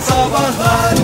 Sabahlar.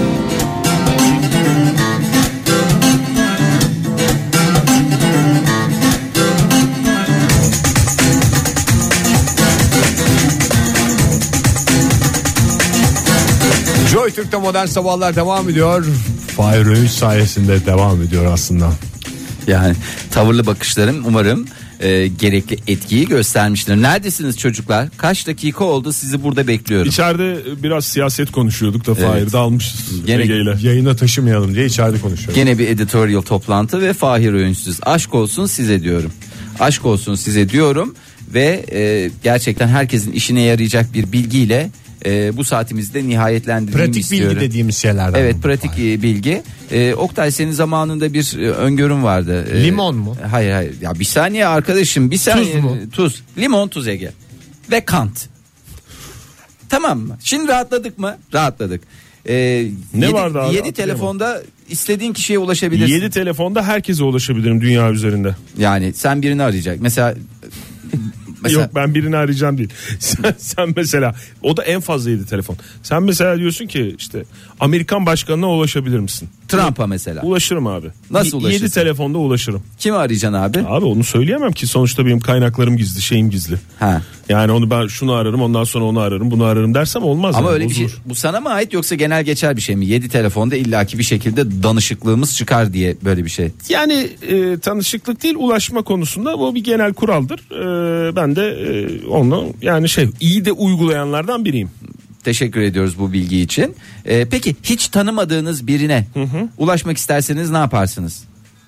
Joy Türk'te modern sabahlar devam ediyor. Fahir Öğünç sayesinde devam ediyor aslında. Yani tavırlı bakışlarım umarım gerekli etkiyi göstermiştir. Neredesiniz çocuklar? Kaç dakika oldu, sizi burada bekliyorum. İçeride biraz siyaset konuşuyorduk da Fahir Evet. dalmışız Gene- Ege'yle. Yayına taşımayalım diye içeride konuşuyoruz. Gene bir editorial toplantı ve Fahir Öğünçsüz. Aşk olsun size diyorum. Aşk olsun size diyorum ve gerçekten herkesin işine yarayacak bir bilgiyle bu saatimizi de nihayetlendirmeyi Pratik istiyorum. bilgi dediğimiz şeylerden. Evet, bu. pratik bilgi. Oktay, senin zamanında bir öngörün vardı. Limon mu? Hayır. Ya bir saniye arkadaşım, bir saniye. Tuz mu? Tuz. Limon, tuz, Ege. Ve Kant. Tamam mı? Şimdi rahatladık mı? Rahatladık. Ne vardı abi? 7 telefonda istediğin kişiye ulaşabilirsin. 7 telefonda herkese ulaşabilirim dünya üzerinde. Yani sen birini arayacak. Mesela Yok, ben birini arayacağım değil. Sen mesela, o da en fazla 7 telefon. Sen mesela diyorsun ki işte Amerikan başkanına ulaşabilir misin? Trump'a mesela. Ulaşırım abi. Nasıl ulaşırsın? 7 telefonda ulaşırım. Kimi arayacaksın abi? Abi onu söyleyemem ki, sonuçta benim kaynaklarım gizli, şeyim gizli. Ha. Yani onu ben şunu ararım, ondan sonra onu ararım, bunu ararım dersem olmaz. Ama yani, öyle bir şey, bozulur. bu sana mı ait yoksa genel geçer bir şey mi? 7 telefonda illaki bir şekilde danışıklığımız çıkar diye böyle bir şey. Yani tanışıklık değil, ulaşma konusunda bu bir genel kuraldır. Ben de onu yani iyi de uygulayanlardan biriyim. Teşekkür ediyoruz bu bilgi için. Peki hiç tanımadığınız birine ulaşmak isterseniz ne yaparsınız?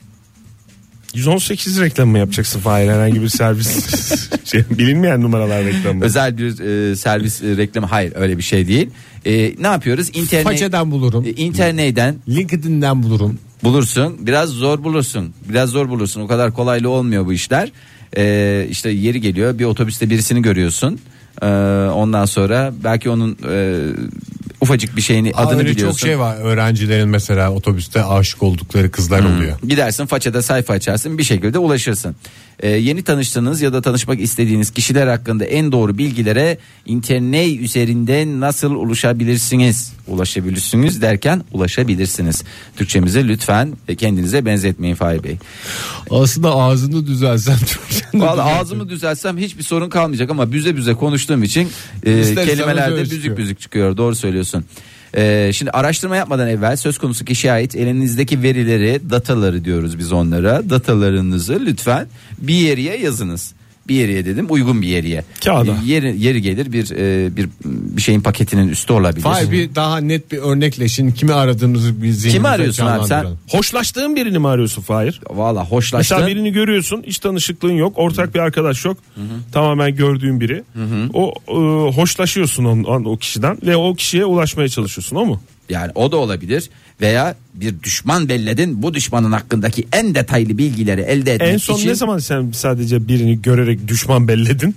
118 reklamı mı yapacaksın Fahir, herhangi bir servis bilinmeyen numaralar reklamı. Özel bir servis reklamı, hayır öyle bir şey değil. Ne yapıyoruz? Façeden bulurum. İnternetten LinkedIn'den bulurum. bulursun. Biraz zor bulursun. O kadar kolaylı olmuyor bu işler. İşte yeri geliyor, bir otobüste birisini görüyorsun. Ondan sonra belki onun ufacık bir şeyini, adını Öyle biliyorsun. çok şey var. Öğrencilerin mesela otobüste aşık oldukları kızlar oluyor. Gidersin façada sayfa açarsın, bir şekilde ulaşırsın. Yeni tanıştığınız ya da tanışmak istediğiniz kişiler hakkında en doğru bilgilere internet üzerinden nasıl ulaşabilirsiniz derken ulaşabilirsiniz. Türkçemizi lütfen kendinize benzetmeyin Fahir Bey. Aslında ağzını düzelsen Vallahi ağzımı düzeltsem hiçbir sorun kalmayacak ama büze konuştuğum için İster kelimelerde istemez öyle büzük çıkıyor. Doğru söylüyorsun. Şimdi araştırma yapmadan evvel söz konusu kişiye ait elinizdeki verileri, dataları diyoruz biz onlara. Datalarınızı lütfen bir yere yazınız. Bir yere dedim, uygun bir yere. Kağıda. Yeri gelir bir şeyin paketinin üstü olabilir. Hayır, bir daha net bir örnekle şimdi kimi aradığımızı bir zihnimize Kimi arıyorsun abi sen? canlandıralım. Hoşlaştığın birini mi arıyorsun Fahir? Valla hoşlaştın. Mesela birini görüyorsun, hiç tanışıklığın yok, ortak bir arkadaş yok, tamamen gördüğün biri. O hoşlaşıyorsun o kişiden ve o kişiye ulaşmaya çalışıyorsun, o mu? Yani o da olabilir veya bir düşman belledin, bu düşmanın hakkındaki en detaylı bilgileri elde etmek En son için. ne zaman sen sadece birini görerek düşman belledin?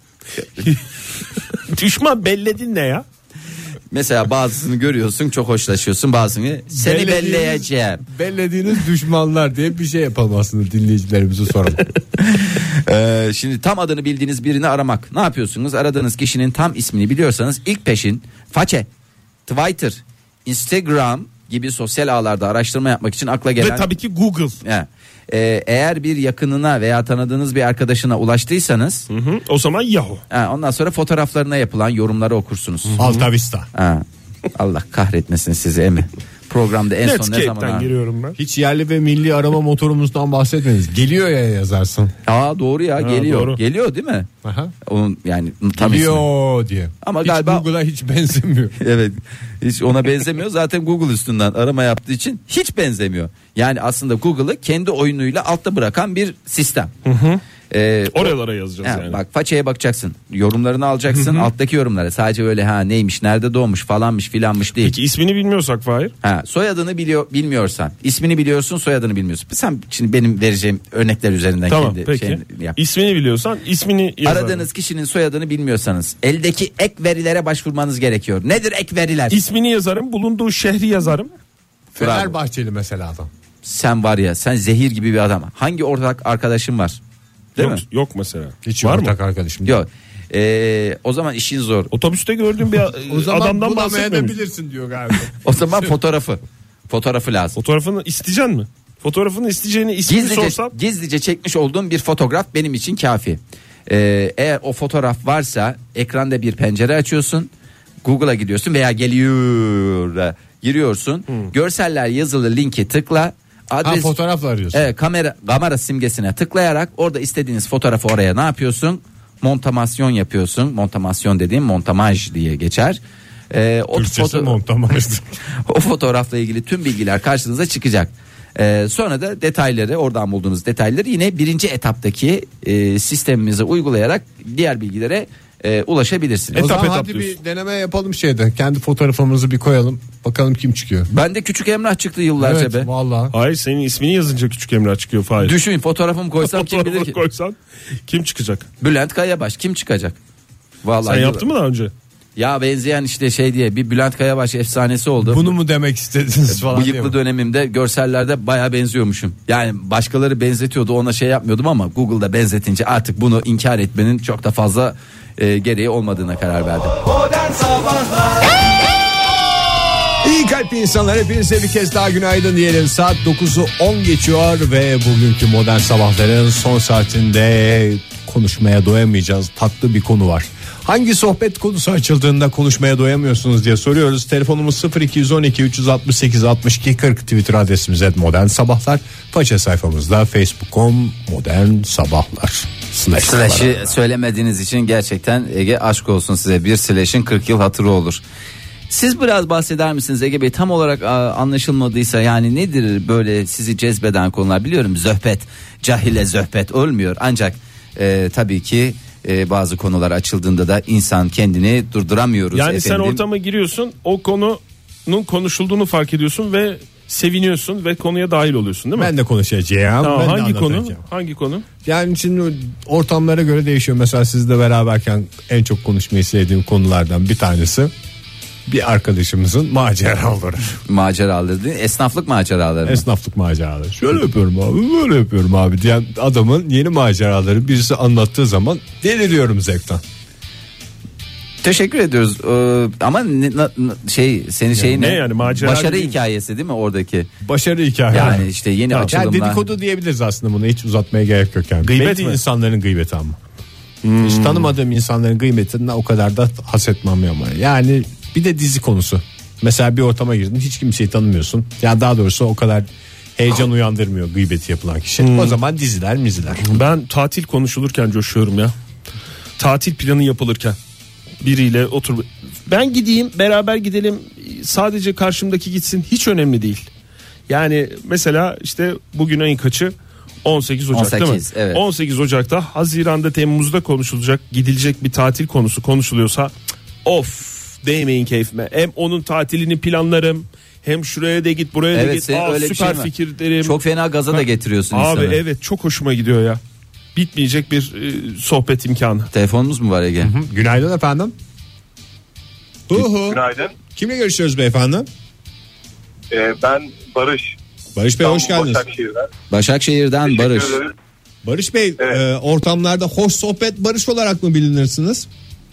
Düşman belledin ne ya? Mesela bazısını görüyorsun, çok hoşlaşıyorsun, bazısını seni Bellediğiniz- belleyeceğim. Bellediğiniz düşmanlar diye bir şey yapalım aslında, dinleyicilerimize soralım. Şimdi tam adını bildiğiniz birini aramak. Ne yapıyorsunuz? Aradığınız kişinin tam ismini biliyorsanız ilk peşin façe, Twitter, Instagram gibi sosyal ağlarda araştırma yapmak için akla gelen. Ve tabii ki Google. He. Eğer bir yakınına veya tanıdığınız bir arkadaşına ulaştıysanız, O zaman Yahoo. ondan sonra fotoğraflarına yapılan yorumları okursunuz. Alta Vista. Ha. Allah kahretmesin sizi emi. Programda en son ne zaman? Netscape'den giriyorum ben. Hiç yerli ve milli arama motorumuzdan bahsetmediniz. Geliyor ya yazarsın. Doğru ya, geliyor. doğru. Geliyor değil mi? Aha. Onun yani tam ismi. Geliyor diye. Ama Hiç galiba Google'a hiç benzemiyor. evet, hiç ona benzemiyor. Zaten Google üstünden arama yaptığı için hiç benzemiyor. Yani aslında Google'ı kendi oyunuyla altta bırakan bir sistem. Oralara yazacağız yani. Bak, façeye bakacaksın, yorumlarını alacaksın, alttaki yorumlara sadece öyle neymiş, nerede doğmuş falanmış filanmış değil. Peki ismini bilmiyorsak Fahir? Soyadını bilmiyorsan, ismini biliyorsun, soyadını bilmiyorsun. Sen şimdi benim vereceğim örnekler üzerinden Tamam, kendi peki. şeyini yap. İsmini biliyorsan ismini yazalım. Aradığınız kişinin soyadını bilmiyorsanız eldeki ek verilere başvurmanız gerekiyor. Nedir ek veriler? İsmini yazarım, bulunduğu şehri yazarım. Fenerbahçeli mesela adam. Sen var ya, sen zehir gibi bir adam. Hangi ortak arkadaşın var? Değil mi? Yok mesela. Hiç var ortak mı? arkadaşım. Yok. O zaman işin zor. Otobüste gördüğüm bir O zaman adamdan bahsetmemiş. bulamayabilirsin diyor galiba. O zaman fotoğrafı lazım. Fotoğrafını isteyeceksin mi? Fotoğrafını isteyeceğini ismini sorsam. Gizlice çekmiş olduğum bir fotoğraf benim için kafi. Eğer o fotoğraf varsa ekranda bir pencere açıyorsun. Google'a gidiyorsun veya giriyorsun. Görseller yazılı linki tıkla. Adres, fotoğrafla arıyorsun. Evet, kamera simgesine tıklayarak orada istediğiniz fotoğrafı oraya ne yapıyorsun? Montamasyon yapıyorsun. Montamasyon dediğim montamaj diye geçer. Türkçesi montamajdır. O fotoğrafla ilgili tüm bilgiler karşınıza çıkacak. Sonra da detayları, oradan bulduğunuz detayları yine birinci etaptaki sistemimize uygulayarak diğer bilgilere ulaşabilirsiniz. O zaman hadi bir deneme yapalım şeyde. Kendi fotoğrafımızı bir koyalım. Bakalım kim çıkıyor. Bende Küçük Emrah çıktı yıllarca Evet be. vallahi. Hayır, senin ismini yazınca Küçük Emrah çıkıyor Fahir. Düşün, fotoğrafımı koysam kim bilir ki. Koysan kim çıkacak? Bülent Kayabaş kim çıkacak? Vallahi Sen yaptın mı daha önce? Ya benzeyen işte şey diye bir Bülent Kayabaş efsanesi oldu. Bunu mu demek istediniz falan diye Bıyıklı mi? dönemimde görsellerde baya benziyormuşum. Yani başkaları benzetiyordu, ona şey yapmıyordum ama Google'da benzetince artık bunu inkar etmenin çok da fazla gereği olmadığına karar verdim. İyi kalpli insanlar, hepinize bir kez daha günaydın diyelim. Saat 9'u 10 geçiyor ve bugünkü modern sabahların son saatinde konuşmaya doyamayacağız tatlı bir konu var. Hangi sohbet konusu açıldığında konuşmaya doyamıyorsunuz diye soruyoruz. Telefonumuz 0212 368 62 40, Twitter adresimiz @modern sabahlar. Faça sayfamızda facebook.com modern sabahlar. Slash'i söylemediğiniz için gerçekten Ege aşk olsun size. Bir slash'in 40 yıl hatırı olur. Siz biraz bahseder misiniz Ege Bey, tam olarak anlaşılmadıysa yani nedir böyle sizi cezbeden konular? Biliyorum zöhbet, cahile zöhbet ölmüyor ancak tabii ki bazı konular açıldığında da insan kendini durduramıyoruz. Yani efendim. sen ortama giriyorsun, o konunun konuşulduğunu fark ediyorsun ve seviniyorsun ve konuya dahil oluyorsun değil mi? Ben de konuşacağım. Tamam, Ben de hangi konu? anlatacağım. Hangi konu? Yani şimdi ortamlara göre değişiyor. Mesela sizle beraberken en çok konuşmayı sevdiğim konulardan bir tanesi bir arkadaşımızın maceraları. Maceraları değil, esnaflık maceraları. Esnaflık maceraları. Şöyle yapıyorum abi, böyle yapıyorum abi diyen adamın yeni maceraları birisi anlattığı zaman deliriyorum zevkten. Teşekkür ediyoruz. Ama senin şeyin ne yani, macera başarı değil. hikayesi değil mi oradaki? Başarı hikaye. Yani işte yeni Yani açılımlar. dedikodu diyebiliriz aslında, bunu hiç uzatmaya gerek yok yani. Gıybet Belki mi? insanların gıybeti ama. Hiç tanımadığım insanların gıybetinden o kadar da hasetmem ama. Yani bir de dizi konusu. Mesela bir ortama girdin, hiç kimseyi tanımıyorsun. Yani daha doğrusu o kadar heyecan uyandırmıyor gıybeti yapılan kişi. O zaman diziler, miziler. Ben tatil konuşulurken coşuyorum ya. Tatil planı yapılırken biriyle otur. Ben gideyim, beraber gidelim. Sadece karşımdaki gitsin, hiç önemli değil. Yani mesela işte bugün ayın kaçı? 18 Ocak 18, değil mi? evet. 18 Ocak'ta, Haziran'da, Temmuz'da konuşulacak, gidilecek bir tatil konusu konuşuluyorsa of, değmeyin keyfime. Hem onun tatilini planlarım, hem şuraya da git, buraya da git. senin öyle bir Süper şey var. fikir derim. Çok fena gaza da getiriyorsun Abi insanı. evet, çok hoşuma gidiyor ya. Bitmeyecek bir sohbet imkanı. Telefonunuz mu var Ege? Günaydın efendim. Günaydın. Kimle görüşüyoruz beyefendi? Ben Barış. Barış Bey, hoş geldiniz. Başakşehir'den. Başakşehir'den Teşekkür Barış. ederim. Barış Bey, Evet. ortamlarda hoş sohbet Barış olarak mı bilinirsiniz?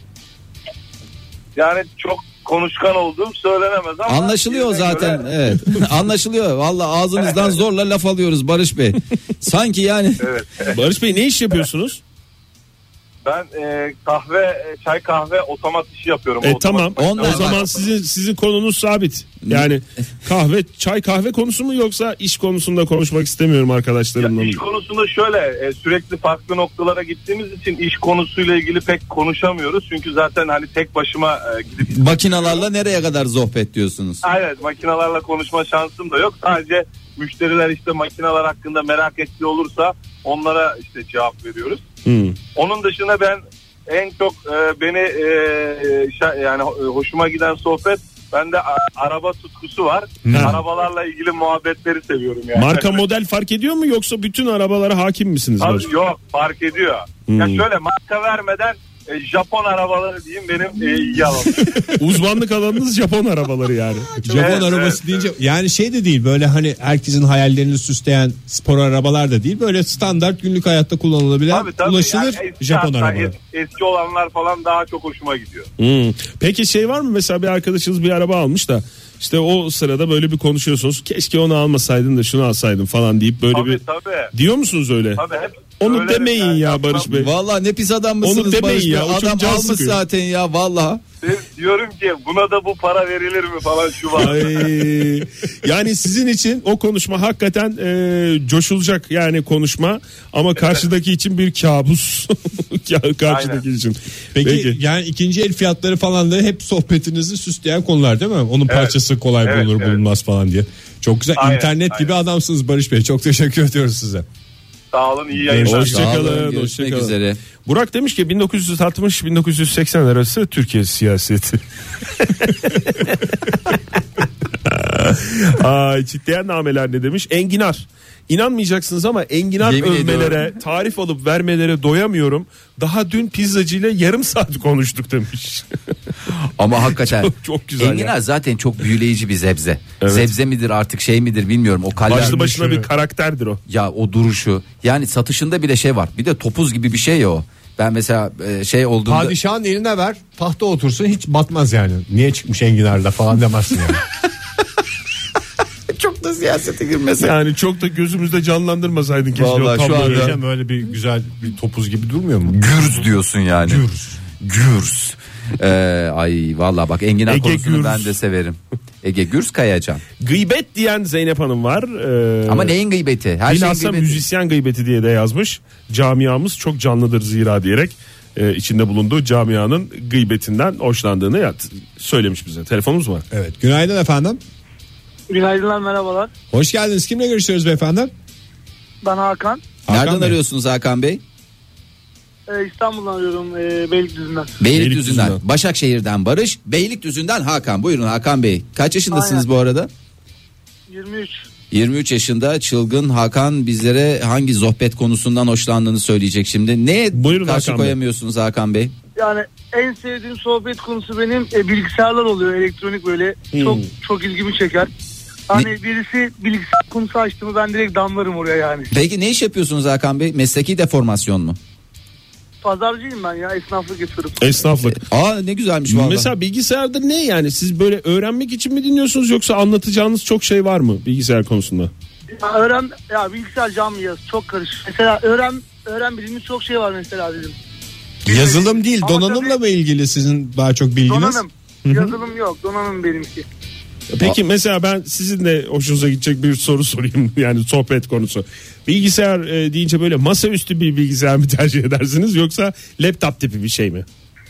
Yani çok konuşkan olduğum söylenemez ama. Anlaşılıyor yerine zaten. göre- Evet. Anlaşılıyor. Vallahi ağzınızdan zorla laf alıyoruz Barış Bey. Sanki yani. Evet. Barış Bey, ne iş yapıyorsunuz? Ben çay kahve otomat işi yapıyorum. Tamam. Ondan O zaman bak- sizin konunuz sabit. Yani çay kahve konusu mu, yoksa iş konusunda konuşmak istemiyorum arkadaşlarımla mı? İş konusunda şöyle sürekli farklı noktalara gittiğimiz için iş konusuyla ilgili pek konuşamıyoruz. Çünkü zaten hani tek başıma gidip Makinalarla nereye kadar sohbet diyorsunuz? evet, makinalarla konuşma şansım da yok. Sadece müşteriler işte makineler hakkında merak ettiği olursa onlara işte cevap veriyoruz. Onun dışında ben en çok beni yani hoşuma giden sohbet, bende araba tutkusu var. Arabalarla ilgili muhabbetleri seviyorum yani. Marka model fark ediyor mu, yoksa bütün arabalara hakim misiniz? Abi, Barış? yok, fark ediyor. Ya şöyle, marka vermeden Japon arabaları diyeyim benim ilgi alanım. Uzmanlık alanınız Japon arabaları yani. Japon arabası deyince yani şey de değil, böyle hani herkesin hayallerini süsleyen spor arabalar da değil, böyle standart günlük hayatta kullanılabilen, ulaşılır yani Japon arabaları. Eski olanlar falan daha çok hoşuma gidiyor. Peki şey var mı, mesela bir arkadaşınız bir araba almış da işte o sırada böyle bir konuşuyorsunuz, keşke onu almasaydın da şunu alsaydın falan deyip böyle tabii. Diyor musunuz öyle? Tabii hep onu öyle demeyin ya Barış Bey. Vallahi ne pis adam mısınız onu demeyin Barış Bey? ya, Adam almış sıkıyor zaten ya vallahi. Diyorum ki buna da bu para verilir mi falan şu var. Ay, yani sizin için o konuşma hakikaten coşulacak yani konuşma, ama karşıdaki için bir kabus. Karşıdaki için. Peki yani ikinci el fiyatları falan da hep sohbetinizi süsleyen konular değil mi? Onun parçası kolay bulunur bulunmaz falan diye. Çok güzel. Aynen, İnternet gibi adamsınız Barış Bey. Çok teşekkür ediyoruz size. Sağ olun, iyi yayınlar. Hoşçakalın. Görüşmek üzere. Burak demiş ki 1960-1980 arası Türkiye siyaseti. Çitleyen nameler ne demiş? Enginar. İnanmayacaksınız ama enginar Yemin övmelere, ediyorum. tarif alıp vermelere doyamıyorum. Daha dün pizzacıyla yarım saat konuştuk demiş. Ama hakikaten çok güzel. enginar zaten çok büyüleyici bir sebze. Evet. Sebze midir artık şey midir bilmiyorum. O Başlı başına bir karakterdir o. Ya o duruşu, yani satışında bile şey var. Bir de topuz gibi bir şey ya o. Ben mesela şey olduğunda Padişahın eline ver, tahta otursun, hiç batmaz yani. Niye çıkmış enginarda falan demezsin yani. çok da siyasete girmesin. Yani çok da gözümüzde canlandırmasaydın keşke. Vallahi o şu anda- Hocam öyle bir güzel bir topuz gibi durmuyor mu? Gürz diyorsun yani. Gürz. Ay vallahi bak enginar Ege konusunu Gürz. ben de severim. Ege Gürz Kayacan. Gıybet diyen Zeynep Hanım var. Ama neyin gıybeti? Her şeyin Bilhassa gıybeti. müzisyen gıybeti diye de yazmış. Camiamız çok canlıdır zira diyerek içinde bulunduğu camianın gıybetinden hoşlandığını söylemiş bize. Telefonumuz var. Evet. Günaydın efendim. Günaydınlar, merhabalar. Hoş geldiniz. Kimle görüşüyoruz beyefendi? Ben Hakan. Nereden Hakan Bey. arıyorsunuz Hakan Bey? İstanbul'dan arıyorum, Beylikdüzü'nden. Beylikdüzü'nden. Beylikdüzü'nden. Başakşehir'den Barış, Beylikdüzü'nden Hakan. Buyurun Hakan Bey. Kaç yaşındasınız Aynen. bu arada? 23. 23 yaşında çılgın Hakan bizlere hangi sohbet konusundan hoşlandığını söyleyecek şimdi. Neye Buyurun karşı Hakan Bey. koyamıyorsunuz Hakan Bey? Yani en sevdiğim sohbet konusu benim bilgisayarlar oluyor, elektronik böyle. Çok ilgimi çeker. Hani birisi bilgisayar konusu açtı mı ben direkt damlarım oraya yani. Peki ne iş yapıyorsunuz Hakan Bey? Mesleki deformasyon mu? Pazarcıyım ben ya, esnaflık yapıyorum. Esnaflık. Aa ne güzelmiş vallahi. Mesela bilgisayarda ne yani, siz böyle öğrenmek için mi dinliyorsunuz, yoksa anlatacağınız çok şey var mı bilgisayar konusunda? Bilgisayar camiası çok karışık. Mesela öğren bildiğimiz çok şey var mesela bizim. Yazılım değil, Ama donanımla tabii- mı ilgili sizin daha çok bilginiz? Donanım. Yazılım yok, donanım benimki. Peki mesela ben sizin de hoşunuza gidecek bir soru sorayım, yani sohbet konusu. Bilgisayar deyince böyle masaüstü bir bilgisayar mı tercih edersiniz, yoksa laptop tipi bir şey mi?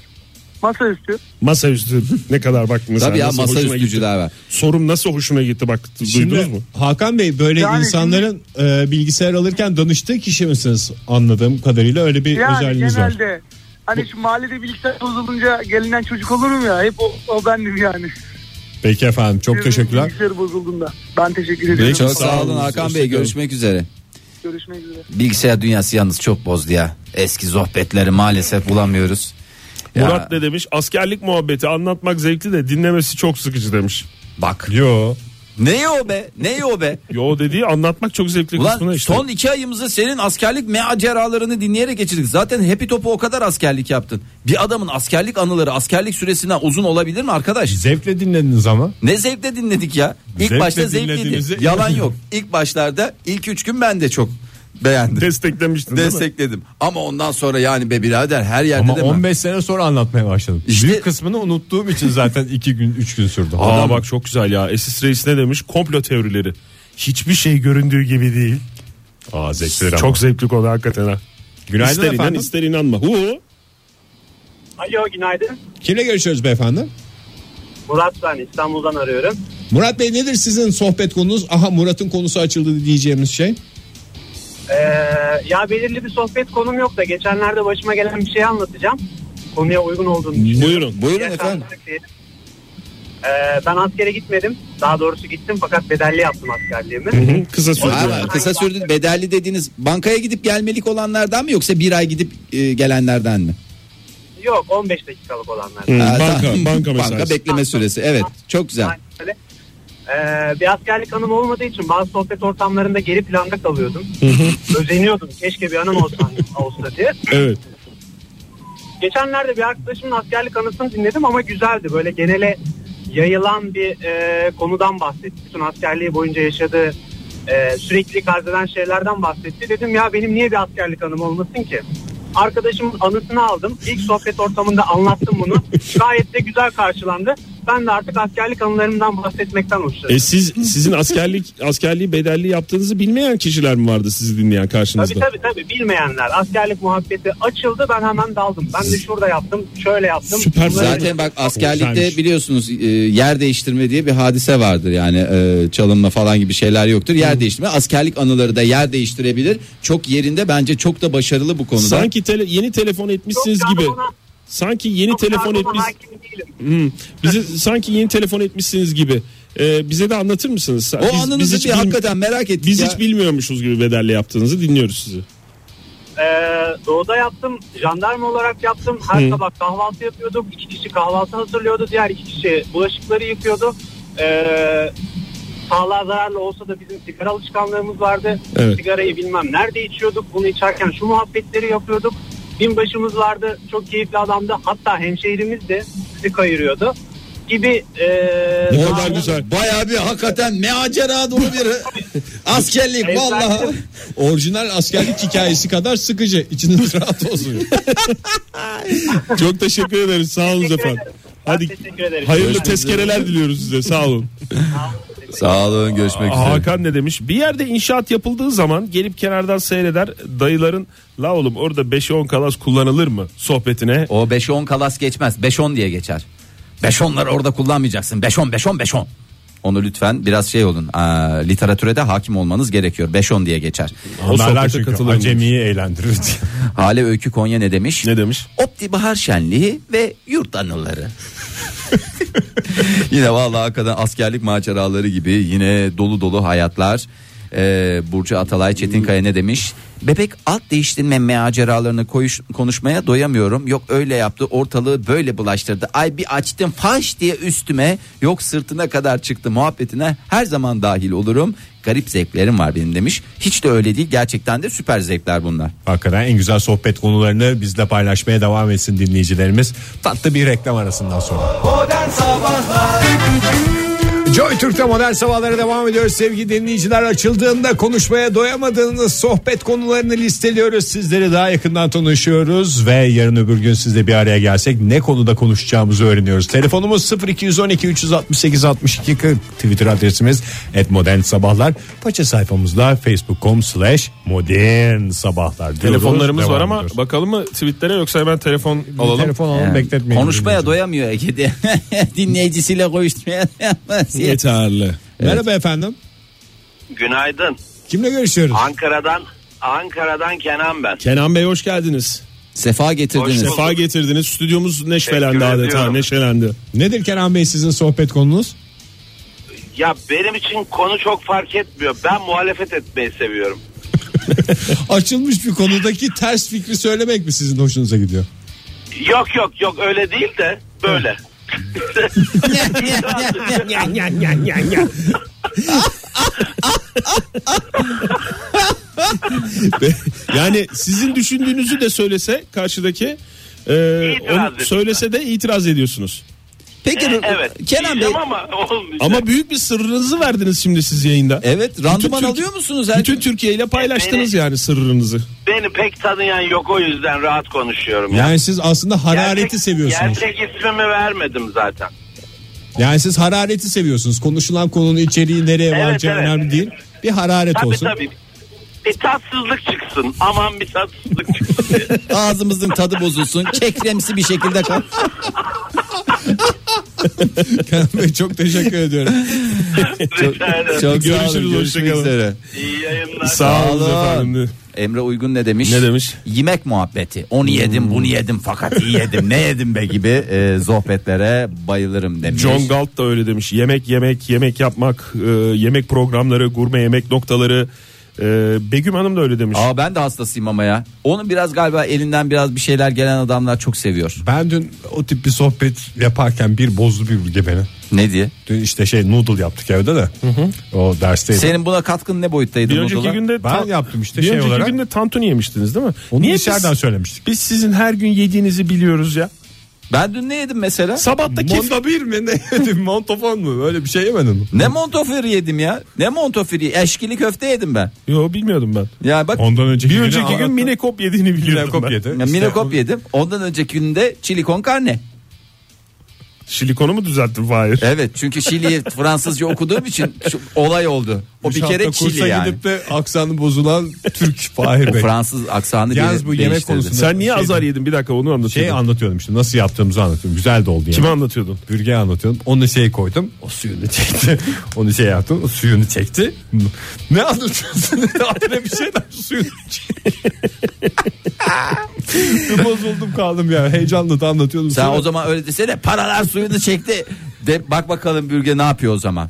Masaüstü. Masaüstü ne kadar bak mesela. Tabii ya nasıl hoşuma masaüstücüler gitti. var. Sorum nasıl hoşuma gitti bak, duydunuz Şimdi mu? Hakan Bey böyle Yani insanların bilgisayar alırken danıştığı kişi misiniz? Anladığım kadarıyla öyle bir Yani özelliğiniz var. genelde hani şu mahallede bilgisayar bozulunca gelinen çocuk olurum ya, hep o bendim yani. Peki efendim, çok teşekkürler. Bilgisayarı bozulduğunda. Ben teşekkür ediyorum. Çok Sağ sağ olun olun, Hakan Bey, hoşçakalın. görüşmek üzere. Görüşmek üzere. Bilgisayar dünyası yalnız çok bozdu ya. Eski sohbetleri maalesef bulamıyoruz. Ya, Murat ne demiş? Askerlik muhabbeti anlatmak zevkli de dinlemesi çok sıkıcı demiş. bak. Yo. Ne o be? Ne o be? Yo dediği anlatmak çok zevkli kısmına Ulan işte. son 2 ayımızı senin askerlik maceralarını dinleyerek geçirdik. Zaten Happy Top'u o kadar askerlik yaptın. Bir adamın askerlik anıları askerlik süresinden uzun olabilir mi arkadaş? Zevkle dinlediniz ama. Ne zevkle dinledik ya. İlk Zevkle başta dinlediğinizi- zevkliydi. Yalan yok. İlk başlarda ilk 3 gün ben de çok beğendim. Desteklemiştin değil mi? Destekledim. Ama ondan sonra yani be birader her yerde Ama değil mi? 15 sene sonra anlatmaya başladım. İşte- Büyük kısmını unuttuğum için zaten 2 gün 3 gün sürdü. Aa bak çok güzel ya. Esis Reis ne demiş? Komplo teorileri. Hiçbir şey göründüğü gibi değil. Aa zevkli Çok zevkli konu hakikaten ha. Günaydın İster inan efendim. ister inanma. Alo, günaydın. Kimle görüşüyoruz beyefendi? Murat, ben İstanbul'dan arıyorum. Murat Bey, nedir sizin sohbet konunuz? Aha, Murat'ın konusu açıldı diyeceğimiz şey. Ya belirli bir sohbet konum yok da geçenlerde başıma gelen bir şeyi anlatacağım. Konuya uygun olduğunu düşünüyorum. Buyurun. Buyurun efendim. Ben askere gitmedim. Daha doğrusu gittim fakat bedelli yaptım askerliğimi. Kısa sürdü. Ha, yani. kısa sürdü bedelli dediğiniz bankaya gidip gelmelik olanlardan mı yoksa bir ay gidip gelenlerden mi? Yok 15 dakikalık olanlar. Banka mesaisi. Banka bekleme süresi. Evet, çok güzel. Öyle. Bir askerlik anım olmadığı için bazı sohbet ortamlarında geri planda kalıyordum. Özeniyordum. Keşke bir anım olsa diye. Evet. Geçenlerde bir arkadaşımın askerlik anısını dinledim ama güzeldi. Böyle genele yayılan bir konudan bahsetti. Bütün askerliği boyunca yaşadığı sürekli arz eden şeylerden bahsetti. Dedim ya benim niye bir askerlik anım olmasın ki? Arkadaşımın anısını aldım. İlk sohbet ortamında anlattım bunu. Gayet de güzel karşılandı. Ben de artık askerlik anılarımdan bahsetmekten hoşlanıyorum. Sizin askerliği bedelli yaptığınızı bilmeyen kişiler mi vardı sizi dinleyen karşınızda? Tabii bilmeyenler. Askerlik muhabbeti açıldı, ben hemen daldım. Ben de şurada yaptım, şöyle yaptım. Süper. Zaten bak askerlikte biliyorsunuz yer değiştirme diye bir hadise vardır. Yani çalınma falan gibi şeyler yoktur. Yer değiştirme. Askerlik anıları da yer değiştirebilir. Çok yerinde, bence çok da başarılı bu konuda. Sanki yeni telefon etmişsiniz gibi. Sanki yeni telefon sanki yeni telefon etmişsiniz gibi. Bize de anlatır mısınız? O anınızı hakikaten merak ettik. Biz hiç bilmiyormuşuz gibi bedelli yaptığınızı, dinliyoruz sizi. Doğuda yaptım, jandarma olarak yaptım. Her sabah kahvaltı yapıyorduk. 2 kişi kahvaltı hazırlıyordu, diğer 2 kişi bulaşıkları yıkıyordu. Sağlığa zararlı olsa da bizim sigara alışkanlığımız vardı. Evet. Sigarayı bilmem nerede içiyorduk. Bunu içerken şu muhabbetleri yapıyorduk. Binbaşımız vardı, çok keyifli adamdı. Hatta hemşehrimiz de bizi kayırıyordu gibi. Ne kadar güzel. Bayağı bir hakikaten macera dolu bir askerlik vallahi. Orijinal askerlik hikayesi kadar sıkıcı. İçiniz rahat olsun. Çok teşekkür ederiz. Sağ olun efendim. Hadi hayırlı tezkereler diliyoruz size. Sağ olun. Sağ olun, görüşmek üzere. Hakan ne demiş? Bir yerde inşaat yapıldığı zaman gelip kenardan seyreder, dayıların la oğlum orada 5-10 kalas kullanılır mı sohbetine. O 5-10 kalas geçmez. 5-10 diye geçer. 5-10'ları orada kullanmayacaksın. 5-10. Onu lütfen biraz şey olun. Literatüre de hakim olmanız gerekiyor. 5-10 diye geçer. Onlarlar çünkü acemiyi eğlendirir. Hale Öykü Konya ne demiş? Ne demiş? Opti Bahar Şenliği ve yurt anıları. Yine vallahi hakikaten askerlik maceraları gibi yine dolu dolu hayatlar. Burcu Atalay Çetinkaya ne demiş? Bebek alt değiştirme maceralarını konuşmaya doyamıyorum. Yok öyle yaptı, ortalığı böyle bulaştırdı. Ay bir açtım faş diye üstüme, yok sırtına kadar çıktı muhabbetine her zaman dahil olurum. Garip zevklerim var benim demiş. Hiç de öyle değil, gerçekten de süper zevkler bunlar. Hakikaten en güzel sohbet konularını bizle paylaşmaya devam etsin dinleyicilerimiz. Tatlı bir reklam arasından sonra. Modern Sabahlar. Joy Türk'te Modern Sabahlara devam ediyoruz sevgili dinleyiciler. Açıldığında konuşmaya doyamadığınız sohbet konularını listeliyoruz. Sizleri daha yakından tanışıyoruz ve yarın öbür gün sizle bir araya gelsek ne konuda konuşacağımızı öğreniyoruz. Telefonumuz 0212 368 62 40, Twitter adresimiz @modernsabahlar, paça sayfamızda facebook.com/modernsabahlar. Telefonlarımız var ama bakalım mı tweetlere, yoksa hemen telefon alalım. Telefon alalım, bekletmeyin. Konuşmaya doyamıyor Ege'de. Dinleyicisiyle konuşmaya yeterli. Evet. Merhaba efendim. Günaydın. Kimle görüşüyoruz? Ankara'dan Kenan ben. Kenan Bey hoş geldiniz. Sefa getirdiniz. Sefa getirdiniz. Stüdyomuz neşvelendi Teşekkür adeta. ediyorum. Neşvelendi. Nedir Kenan Bey sizin sohbet konunuz? Ya benim için konu çok fark etmiyor. Ben muhalefet etmeyi seviyorum. Açılmış bir konudaki ters fikri söylemek mi sizin hoşunuza gidiyor? Yok öyle değil de böyle. Yani sizin düşündüğünüzü de söylese karşıdaki söylese de itiraz ediyorsunuz. Peki Evet. Kenan Bey, ama olmayacak. Ama büyük bir sırrınızı verdiniz şimdi siz yayında. evet, randıman alıyor musunuz? Bütün Türkiye ile paylaştınız yani sırrınızı. Beni pek tanıyan yok, o yüzden rahat konuşuyorum. Yani siz aslında harareti seviyorsunuz. Gerçek ismimi vermedim zaten. Yani siz harareti seviyorsunuz. Konuşulan konunun içeriği nereye varacağı evet. önemli değil. Bir hararet olsun. Tabii. Bir tatsızlık çıksın. Aman bir tatsızlık çıksın diye. Ağzımızın tadı bozulsun. Kekremsi bir şekilde kal. Kenan Bey çok teşekkür ediyorum. Rica ederim. Çok Görüşürüz, hoşçakalın. üzere. İyi yayınlar. Sağ olun efendim. Emre Uygun ne demiş? Ne demiş? Yemek muhabbeti. Onu yedim, bunu yedim, fakat iyi yedim. Ne yedim be gibi sohbetlere bayılırım demiş. John Galt da öyle demiş. Yemek yapmak, yemek programları, gurme yemek noktaları, Begüm Hanım da öyle demiş. Ben de hastasıyım ama ya. Onun biraz galiba elinden biraz bir şeyler gelen adamlar çok seviyor. Ben dün o tip bir sohbet yaparken bir bozdu bir Bilge beni. Ne diye? Dün işte noodle yaptık evde de. O dersteydi. Senin buna katkın ne boyuttaydı? Bir önceki günde ben yaptım işte bir şey önceki olarak. günde tantuni yemiştiniz değil mi? Onu Niye dışarıdan söylemiştik. Biz sizin her gün yediğinizi biliyoruz ya. Ben dün ne yedim mesela? Sabahta Monta bir mi ne yedim? Montofon mu? Öyle bir şey yemedin mi? Ne montofiri yedim ya? Ne montofiri? Eşkili köfte yedim ben. Yo, bilmiyordum ben. Ya bak, Ondan önceki Bir önceki gün minekop yediğini biliyordum ben. yedi. ya minekop yedim. Ondan önceki günde çili con carne. Silikonu mu düzelttin Fahir? Evet, çünkü Şili'yi Fransızca okuduğum için olay oldu. O bir kere Çili yani. Gidip de aksanı bozulan Türk Fahir Bey. Fransız aksanı Yalnız bu yemek değiştirdi. konusunda- Sen niye azar yedin? Bir dakika, onu anlatıyordun. Şey anlatıyordum işte nasıl yaptığımızı anlatıyorum. Güzel de oldu yani. Kime anlatıyordun? Bürge'ye anlatıyordum. Onu şey koydum. O suyunu çekti. Onu şey yaptım. O suyunu çekti. Ne anlatıyorsun? Adına bir şeyden suyunu çekti. Bir bozuldum kaldım ya. Heyecanla da anlatıyordum. Sen Sonra- o zaman öyle desene, paralar suyunu çekti. De bak bakalım Bürge ne yapıyor o zaman.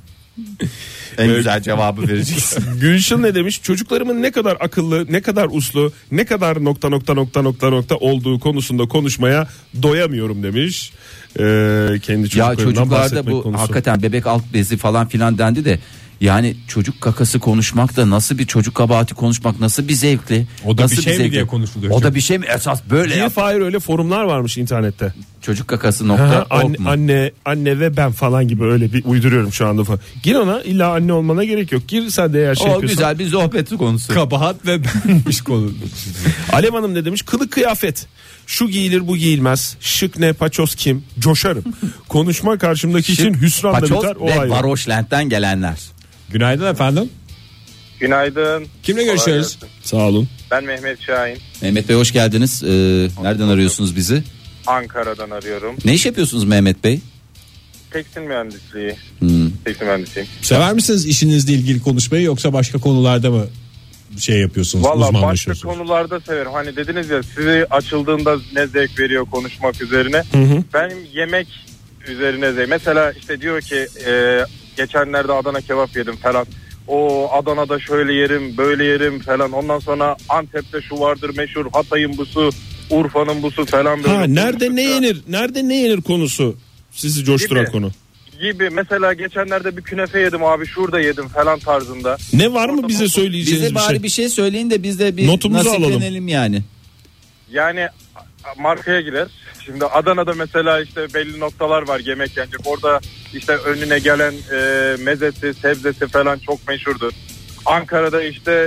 En güzel cevabı vereceksin. Gülşen ne demiş? Çocuklarımın ne kadar akıllı, ne kadar uslu, ne kadar nokta olduğu konusunda konuşmaya doyamıyorum demiş. Kendi Ya çocuklarından çocuklarda bahsetmek bu konusu. hakikaten bebek alt bezi falan filan dendi de, yani çocuk kakası konuşmak da nasıl bir, çocuk kabahati konuşmak nasıl bir zevkli. O da nasıl bir şey mi zevkli? diye konuşuluyor. O da bir şey mi? Esas böyle Niye yap. Fahir, öyle forumlar varmış internette. Çocuk kakası nokta org mu? Anne ve ben falan gibi, öyle bir uyduruyorum şu anda falan. Gir ona, illa anne olmana gerek yok. Gir sen de eğer şey O yapıyorsan. güzel bir sohbet konusu. Kabahat ve benmiş konu. Alev Hanım ne demiş? Kılık kıyafet. Şu giyilir, bu giyilmez. Şık ne, paçoz kim? Coşarım. Konuşma karşımdaki için hüsranla Paçoz biter. O ve ayrı. varoşlent'ten gelenler. Günaydın efendim. Günaydın. Kimle görüşüyoruz? Sağ olun. Ben Mehmet Şahin. Mehmet Bey hoş geldiniz. Nereden arıyorsunuz bizi? Ankara'dan arıyorum. Ne iş yapıyorsunuz Mehmet Bey? Tekstil mühendisliği. Hmm. Tekstil mühendisiyim. Sever misiniz işinizle ilgili konuşmayı yoksa başka konularda mı şey yapıyorsunuz, Valla başka uzmanlaşıyorsunuz? konularda severim. Hani dediniz ya, sizi açıldığında ne zevk veriyor konuşmak üzerine. Benim yemek üzerine zevk. Mesela işte diyor ki geçenlerde Adana kebap yedim falan. O Adana'da şöyle yerim, böyle yerim falan. Ondan sonra Antep'te şu vardır meşhur, Hatay'ın busu, Urfa'nın busu falan böyle. Ha, nerede ne yenir? Nerede ne yenir konusu sizi coşturan Gibi. konu. Gibi. Mesela geçenlerde bir künefe yedim abi, şurada yedim falan tarzında. Ne var mı bize söyleyeceğiniz Bize bir bari şey? bir şey söyleyin de biz de bir Notumuzu nasiplenelim yani. Yani markaya girer. Şimdi Adana'da mesela işte belli noktalar var yemek yenecek. Orada işte önüne gelen mezesi, sebzesi falan çok meşhurdur. Ankara'da işte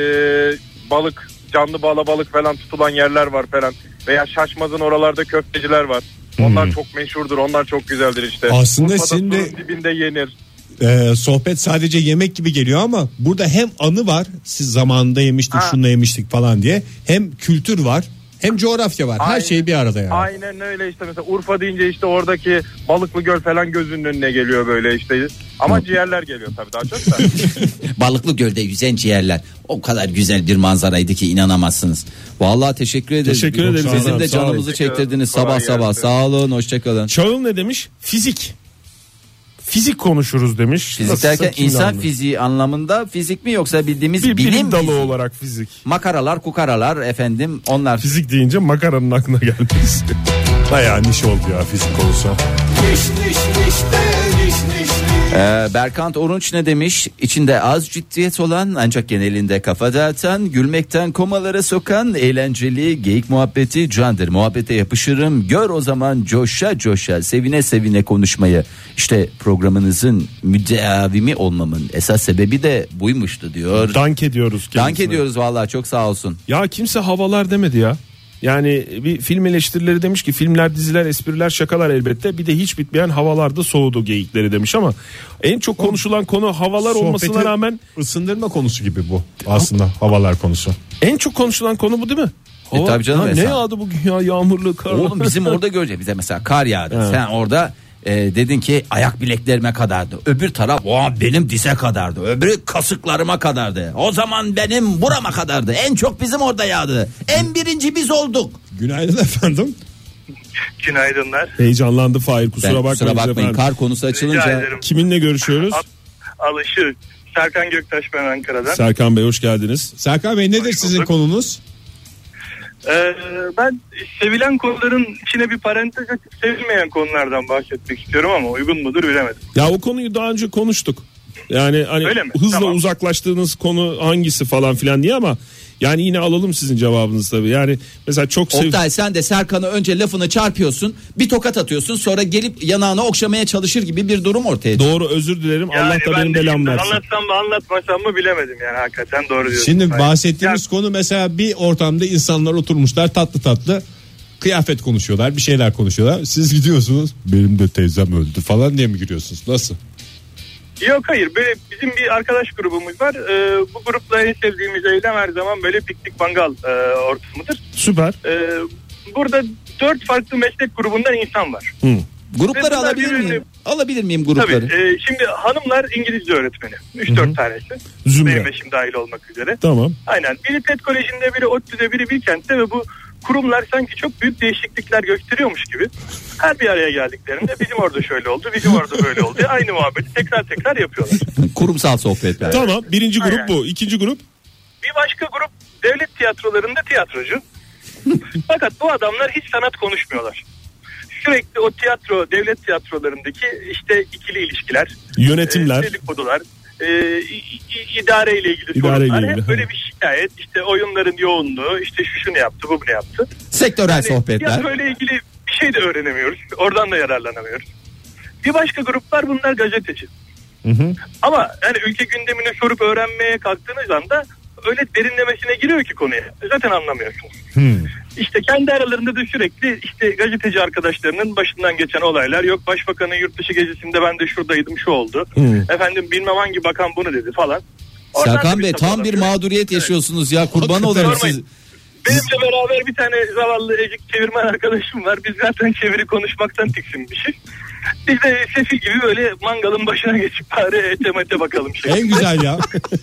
balık, canlı balık falan tutulan yerler var falan. Veya Şaşmaz'ın oralarda köfteciler var. Onlar çok meşhurdur. Onlar çok güzeldir işte. Aslında Urfa'da şimdi- suyun dibinde yenir. Sohbet sadece yemek gibi geliyor ama burada hem anı var, siz zamanında yemiştik, şununla yemiştik falan diye, hem kültür var, hem coğrafya var. Her Aynen. şey bir arada yani. Aynen öyle işte, mesela Urfa deyince işte oradaki Balıklı Göl falan gözünün önüne geliyor böyle işte. Ama ciğerler geliyor tabii daha çok da. Balıklı Göl'de yüzen ciğerler. O kadar güzel bir manzaraydı ki inanamazsınız. Vallahi teşekkür ederiz. Teşekkür ederiz. Sizin de Sağ olun. canımızı çektirdiniz Kolay sabah gelsin. sabah. Sağ olun, hoşçakalın. Çağıl ne demiş? Fizik. Fizik konuşuruz demiş. Fizik Nasılsa derken kimle insan anlar? fiziği anlamında fizik mi, yoksa bildiğimiz Bir bilim dalı fiziği? olarak fizik. Makaralar, kukaralar efendim, onlar. Fizik deyince makaranın aklına gelmez. Bayağı niş oldu ya fizik konusu. Berkant Orunç ne demiş? İçinde az ciddiyet olan ancak genelinde kafa dağıtan, gülmekten komalara sokan, eğlenceli geyik muhabbeti candır. Muhabbete yapışırım, gör o zaman coşa coşa, sevine sevine konuşmayı. İşte programınızın müdavimi olmamın esas sebebi de buymuştu diyor. Dank ediyoruz kendisine. Dank ediyoruz vallahi, çok sağ olsun. Ya kimse havalar demedi ya. Yani bir film eleştirileri demiş ki filmler, diziler, espriler, şakalar elbette. Bir de hiç bitmeyen havalarda soğudu geyikleri demiş ama en çok konuşulan konu havalar olmasına Sohbeti rağmen ısındırma konusu gibi bu aslında, havalar konusu. en çok konuşulan konu bu değil mi? Tabii canım, ne mesela. yağdı bugün ya, yağmurlu kar. Oğlum bizim orada göreceğiz, bize mesela kar yağdı. Sen orada dedin ki ayak bileklerime kadardı. Öbür taraf benim dize kadardı. Öbürü kasıklarıma kadardı. O zaman benim burama kadardı. En çok bizim orada yağdı. En birinci biz olduk. Günaydın efendim. Günaydınlar. Heyecanlandı Fahir, kusura bakmayın. Kusura bakmayın, efendim. kar konusu Rica açılınca. ederim. Kiminle görüşüyoruz? Alışık. Serkan Göktaş ben Ankara'dan. Serkan Bey hoş geldiniz. Serkan Bey nedir sizin konunuz? Ben sevilen konuların içine bir parantez açıp sevilmeyen konulardan bahsetmek istiyorum ama uygun mudur bilemedim. Ya o konuyu daha önce konuştuk. Yani hani hızla tamam. uzaklaştığınız konu hangisi falan filan diye ama yani yine alalım sizin cevabınızı tabii. Yani mesela çok Oktay sen de Serkan'a önce lafını çarpıyorsun, bir tokat atıyorsun, sonra gelip yanağını okşamaya çalışır gibi bir durum ortaya çıkıyor. Doğru, özür dilerim. Yani Allah da benim belamı versin. Anlatsam mı anlatmasam mı bilemedim yani, hakikaten doğru diyorsun. Şimdi bahsettiğimiz konu mesela bir ortamda insanlar oturmuşlar tatlı tatlı kıyafet konuşuyorlar, bir şeyler konuşuyorlar. Siz gidiyorsunuz benim de teyzem öldü falan diye mi giriyorsunuz? Nasıl? Yok hayır, böyle bizim bir arkadaş grubumuz var. Bu grupla en sevdiğimiz eylem her zaman böyle piknik mangal ortamıdır. Süper. Burada 4 farklı meslek grubundan insan var. Grupları alabilir miyim? Alabilir miyim grupları? Tabii. Şimdi hanımlar İngilizce öğretmeni. 3-4 tanesi. Zümre. Benim eşim dahil olmak üzere. Tamam. Aynen. Biri TED Koleji'nde, biri ODTÜ'de, biri Bilkent'te ve bu kurumlar sanki çok büyük değişiklikler gösteriyormuş gibi her bir araya geldiklerinde bizim orada şöyle oldu, bizim orada böyle oldu. Aynı muhabbeti tekrar yapıyorlar. Kurumsal sohbetler. Tamam, birinci grup Aynen. bu. İkinci grup? Bir başka grup devlet tiyatrolarında tiyatrocu. Fakat bu adamlar hiç sanat konuşmuyorlar. Sürekli o devlet tiyatrolarındaki işte ikili ilişkiler, yönetimler, dedikodular, idareyle ilgili sorunlar, hep böyle bir şikayet, işte oyunların yoğunluğu, işte şunu yaptı, bu bunu yaptı. Sektörel sohbetler. Tiyatroyla ilgili bir şey de öğrenemiyoruz. Oradan da yararlanamıyoruz. Bir başka gruplar, bunlar gazeteci. Ama yani ülke gündemini sorup öğrenmeye kalktığınız anda öyle derinlemesine giriyor ki konuya. Zaten anlamıyorsunuz. İşte kendi aralarında da sürekli işte gazeteci arkadaşlarının başından geçen olaylar, yok başbakanın yurt dışı gezisinde ben de şuradaydım, şu oldu. Efendim bilmem hangi bakan bunu dedi falan. Oradan Serkan Bey tam bir mağduriyet yaşıyorsunuz ya, kurban olurum siz. Benimle beraber bir tane zavallı ecik çevirmen arkadaşım var. Biz zaten çeviri konuşmaktan tiksinmişiz. Biz de sefil gibi böyle mangalın başına geçip bari ete bakalım. En güzel ya.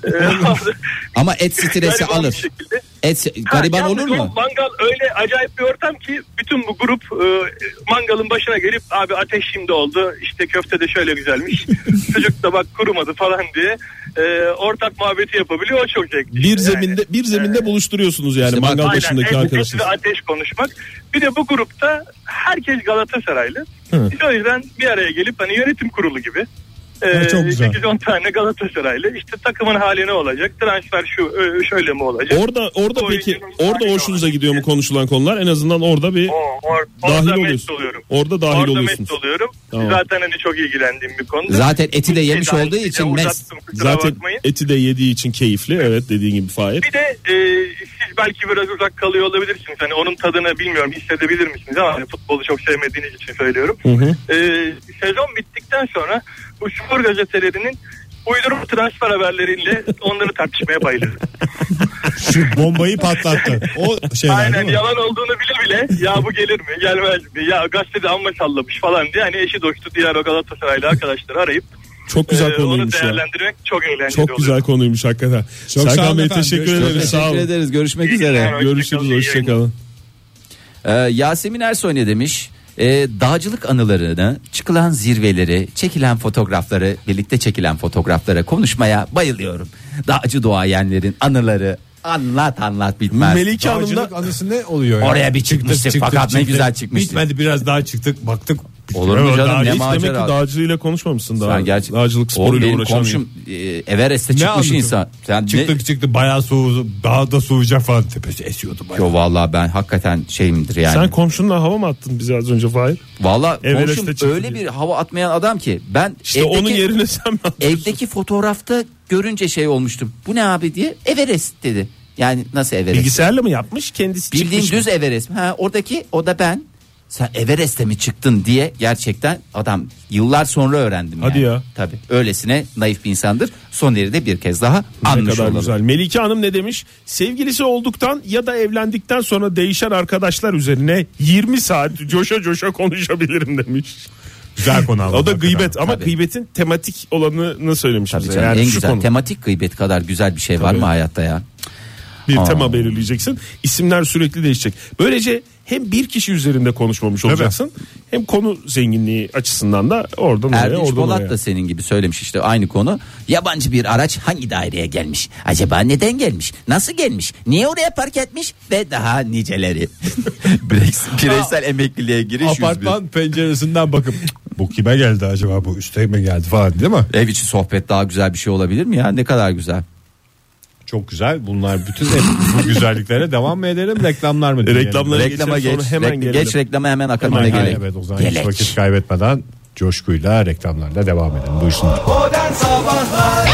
Ama et stresi alır. Et gariban olur mu? Mangal öyle acayip bir ortam ki bütün bu grup mangalın başına gelip abi ateş şimdi oldu, işte köfte de şöyle güzelmiş, sucuk da bak kurumadı falan diye ortak muhabbeti yapabiliyor. O çok zevkli. Bir zeminde buluşturuyorsunuz yani, işte mangal aynen, başındaki arkadaşınız. Ateş konuşmak. Bir de bu grupta herkes Galatasaraylı. Biz o yüzden bir araya gelip hani yönetim kurulu gibi. Çok güzel. 8-10 tane Galatasaraylı, işte takımın hali ne olacak, transfer şöyle mi olacak, orada peki orada hoşunuza gidiyor mu konuşulan konular? En azından orada bir dahil oluyorsun. Orada dahil oluyorsunuz. Orada oluyorum. Tamam. Zaten hani çok ilgilendiğim bir konu. Zaten eti de yemiş olduğu için zaten eti de yediği için keyifli. Evet, dediğin gibi Fahir. Bir de siz belki biraz uzak kalıyor olabilirsiniz. Hani onun tadını bilmiyorum, hissedebilir misiniz ama hani futbolu çok sevmediğiniz için söylüyorum. Sezon bittikten sonra bu spor gazetelerinin uydurma transfer haberleriyle onları tartışmaya bayılırım. Şu bombayı patlattı. O şeyler. Aynen, yalan olduğunu bile ya bu gelir mi gelmez mi, ya gazetede amma sallamış falan diye hani eşi dostu diğer o Galatasaraylı arkadaşları arayıp çok güzel konuymuş onu değerlendirmek çok eğlenceli oluyor. Çok güzel konuymuş hakikaten. Serkan Bey teşekkür ederiz. Teşekkür ederiz. Görüşmek üzere. Görüşürüz. Hoşçakalın. Yasemin Ersoy ne demiş? Dağcılık anılarını, çıkılan zirveleri, çekilen fotoğrafları, birlikte çekilen fotoğraflara konuşmaya bayılıyorum. Dağcı duayenlerin anıları anlat bitmez. Melike Hanım'da Dağcılık anısı ne oluyor ya? Oraya bir çıkmıştık fakat ne güzel çıkmıştık. Bitmedi, biraz daha çıktık, baktık. Olur mu canım, ne hiç macera. demek ki dağcılığıyla konuşmamışsın daha. Dağcılık Oğlum, sporuyla benim uğraşan. komşum Everest'te çıkmış insan. Sen çıktı bayağı soğudu. Daha da soğuyacak falan, tepesi esiyordu bayağı. Yo vallahi ben hakikaten şeyimdir yani. Sen komşunla hava mı attın bize az önce Fahir? Vallahi Everest'te komşum öyle diye. bir hava atmayan adam ki ben İşte onun yerine sen mi atıyorsun? evdeki fotoğrafta görünce şey olmuştum. Bu ne abi diye. Everest dedi. Yani nasıl Everest? Bilgisayarla mı yapmış, kendisi Bildiğin çıkmış düz Everest. Ha, oradaki o da ben. Sen Everest'e mi çıktın diye gerçekten adam yıllar sonra öğrendim. Hadi yani. ya. Tabii öylesine naif bir insandır. Soner'i de bir kez daha Ne anmış kadar olalım. güzel. Melike Hanım ne demiş? Sevgilisi olduktan ya da evlendikten sonra değişen arkadaşlar üzerine 20 saat coşa konuşabilirim demiş. Güzel konu ama. O da gıybet ama Tabii. gıybetin tematik olanını söylemiş Tabii bize. canım, Yani en şu güzel konu. tematik gıybet kadar güzel bir şey var mı hayatta ya? bir tema belirleyeceksin. İsimler sürekli değişecek. Böylece hem bir kişi üzerinde konuşmamış olacaksın. Hem konu zenginliği açısından da oradan oraya, Erdinç oradan Polat oraya. da senin gibi söylemiş işte aynı konu. Yabancı bir araç hangi daireye gelmiş? Acaba neden gelmiş? Nasıl gelmiş? Niye oraya park etmiş? Ve daha niceleri. Bireysel emekliliğe giriş 101. Apartman penceresinden bakıp bu kime geldi acaba, bu üste mi geldi falan, değil mi? Ev içi sohbet daha güzel bir şey olabilir mi ya? Ne kadar güzel. Çok güzel. Bunlar bütün bu güzelliklere devam mı edelim, reklamlar mı diyelim? Reklamlara Reklama geçelim, geç. sonra hemen gelelim. Geç reklama hemen akabine Hemen, gelelim. evet, o zaman hiç vakit kaybetmeden coşkuyla reklamlarla devam edelim. Buyursunlar. Modern Sabahlar.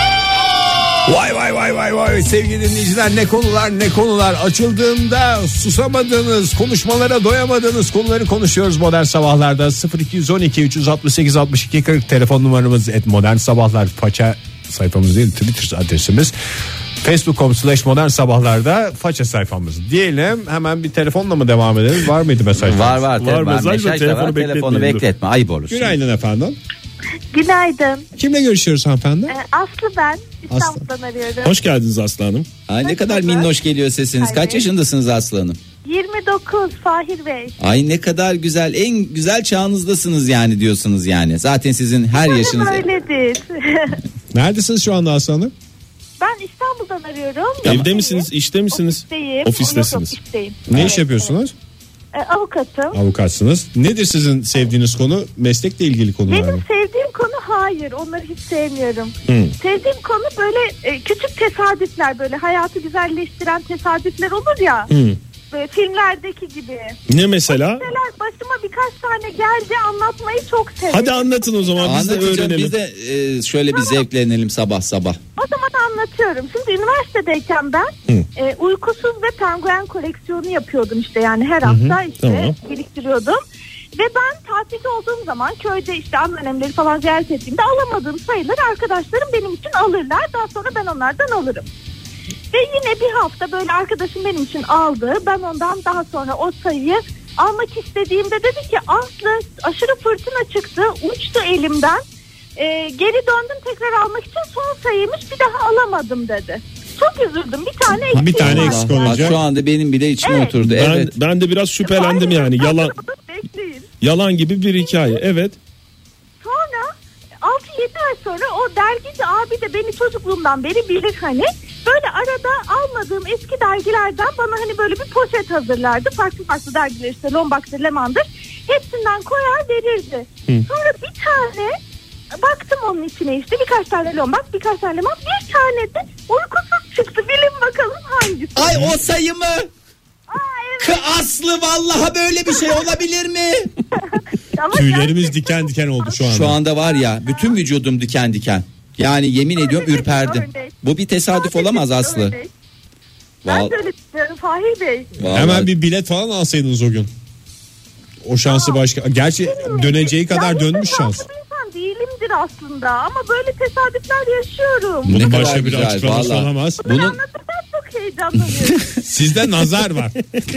Vay sevgili dinleyiciler, ne konular açıldığında susamadığınız, konuşmalara doyamadığınız konuları konuşuyoruz Modern Sabahlar'da. 0212 368 62 40 telefon numaramız, @Modern Sabahlar faça sayfamız değil, Twitter adresimiz, facebook.com/Modern Sabahlar'da faça sayfamız diyelim. Hemen bir telefonla mı devam edelim? Var mıydı mesaj? Var mesaj da mesaj da var. Telefonu bekletme, ayıp olur. Günaydın efendim. Günaydın. Kimle görüşüyoruz hanımefendi? Aslı ben. İstanbul'dan arıyorum. Hoş geldiniz Aslı Hanım. Ay ne kadar minnoş geliyor sesiniz. Kaç yaşındasınız Aslı Hanım? 29 Fahir Bey. Ay ne kadar güzel, en güzel çağınızdasınız yani diyorsunuz yani. Zaten sizin her yaşınız. Öyledir. Neredesiniz şu anda Aslı Hanım? Ben İstanbul'dan arıyorum. Evde misiniz, işte misiniz? Ofisteyim. Ofistesiniz. Yok, ofisteyim. Ne iş yapıyorsunuz? Avukatım. Avukatsınız. Nedir sizin sevdiğiniz konu? Meslekle ilgili konular mı? Benim sevdiğim konu hayır. Onları hiç sevmiyorum. Sevdiğim konu böyle küçük tesadüfler, böyle hayatı güzelleştiren tesadüfler olur ya. Böyle filmlerdeki gibi. Ne mesela? Mesela başıma birkaç tane geldi, anlatmayı çok severim. Hadi anlatın o zaman, biz de Anlatacağım, öğrenelim. biz de şöyle bir zevklenelim sabah sabah. O zaman anlatıyorum. Şimdi üniversitedeyken ben uykusuz ve penguen koleksiyonu yapıyordum işte, yani her hafta işte Tamam. biriktiriyordum. Ve ben tatilde olduğum zaman köyde işte anneannemleri falan ziyaret ettiğimde alamadığım sayıları arkadaşlarım benim için alırlar. Daha sonra ben onlardan alırım. Ve yine bir hafta böyle arkadaşım benim için aldı. Ben ondan daha sonra o sayıyı almak istediğimde dedi ki Aslı aşırı fırtına çıktı, uçtu elimden. Geri döndüm tekrar almak için, son sayıymış, bir daha alamadım dedi. Çok üzüldüm, bir tane eksik. Bir tane var. eksik Bak olacak. şu anda benim bile içime Evet. oturdu. Evet. Ben de biraz şüphelendim yani. Bekleyin. Yalan gibi bir hikaye. Evet. Sonra 6-7 ay sonra o dergici abi de beni çocukluğumdan beri bilir hani. Böyle arada almadığım eski dergilerden bana hani böyle bir poşet hazırlardı. Farklı farklı dergiler işte, Lombak'tır, Leman'dır. Hepsinden koyar verirdi. Sonra bir tane baktım onun içine, işte birkaç tane Lombak, birkaç tane Leman, bir tane de uykusuz çıktı. Bilin bakalım hangisi? Ay o sayı mı? Evet. Aslı vallahi böyle bir şey olabilir mi? Ama Tüylerimiz gerçekten diken diken oldu şu anda. Şu anda var ya, bütün vücudum diken diken. Yani yemin ediyorum ürperdim. Örnek. Bu bir tesadüf olamaz Aslı. Örnek. Ben de öyle düşünüyorum Fahir Bey. Vallahi. Hemen bir bilet falan alsaydınız o gün. O şansı başka. Gerçi döneceği kadar Yani dönmüş şans. şanslı bir insan değilimdir aslında ama böyle tesadüfler yaşıyorum. Ne Bunun kadar başka bir güzel, açıklaması vallahi. olamaz. Bunları Bunun anlatırken çok heyecanlanıyorum. Sizde nazar var.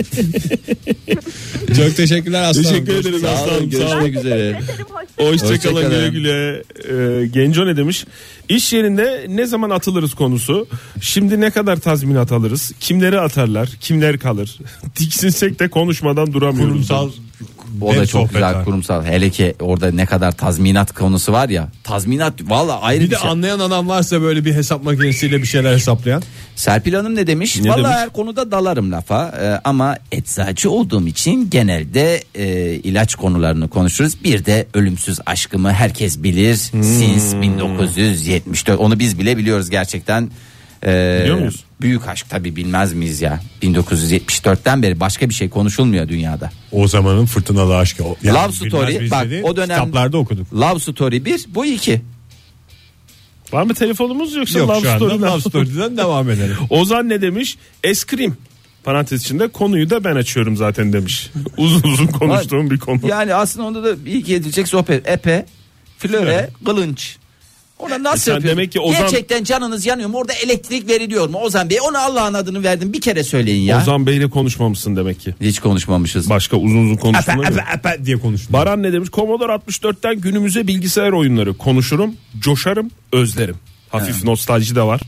Çok teşekkürler Aslan. Teşekkür ederiz sağ Aslı olun, Hanım. Sağ olun. görüşmek üzere. Ederim, hoşçakalın. Hoşçakalın, Hoşçakalın. güle güle. Genco ne demiş? İş yerinde ne zaman atılırız konusu. Şimdi ne kadar tazminat alırız? Kimleri atarlar? Kimler kalır? Tiksinsek de konuşmadan duramıyoruz. Kurumsal O da web çok güzel sohbetler. kurumsal. Hele ki orada ne kadar tazminat konusu var ya. Tazminat valla ayrı Bir bir de şey. anlayan adam varsa böyle bir hesap makinesiyle bir şeyler hesaplayan. Serpil Hanım ne demiş? Ne Vallahi demiş? her konuda dalarım lafa ama eczacı olduğum için genelde ilaç konularını konuşuruz. Bir de ölümsüz aşkımı herkes bilir. Since 1974, onu biz bile biliyoruz gerçekten. Biliyor muyuz? Büyük aşk tabii, bilmez miyiz ya? 1974'ten beri başka bir şey konuşulmuyor dünyada. O zamanın fırtınalı aşkı. Yani Love bilmez Story, biz bak, dedi, o dönem- kitaplarda okuduk. Love Story 1, bu 2. Var mı telefonumuz yoksa Yok, Love şu anda Story'den? Love Story'den devam edelim. Ozan ne demiş? Eskrim. Parantez içinde konuyu da ben açıyorum zaten demiş. Uzun uzun konuştuğum bir konu. Yani aslında onda da iyi ki edilecek sohbet. Epe, flöre, kılınç. Ona nasıl sen yapıyorsun? demek ki Ozan- Gerçekten canınız yanıyor mu? Orada elektrik veriliyor mu? Ozan Bey, ona Allah'ın adını verdim, bir kere söyleyin ya. Ozan Bey'le konuşmamışsın demek ki. Hiç konuşmamışız. Başka uzun uzun konuştun. Epe diye konuştum. Baran ne demiş? Commodore 64'ten günümüze bilgisayar oyunları konuşurum, coşarım, özlerim. Hafif nostalji de var.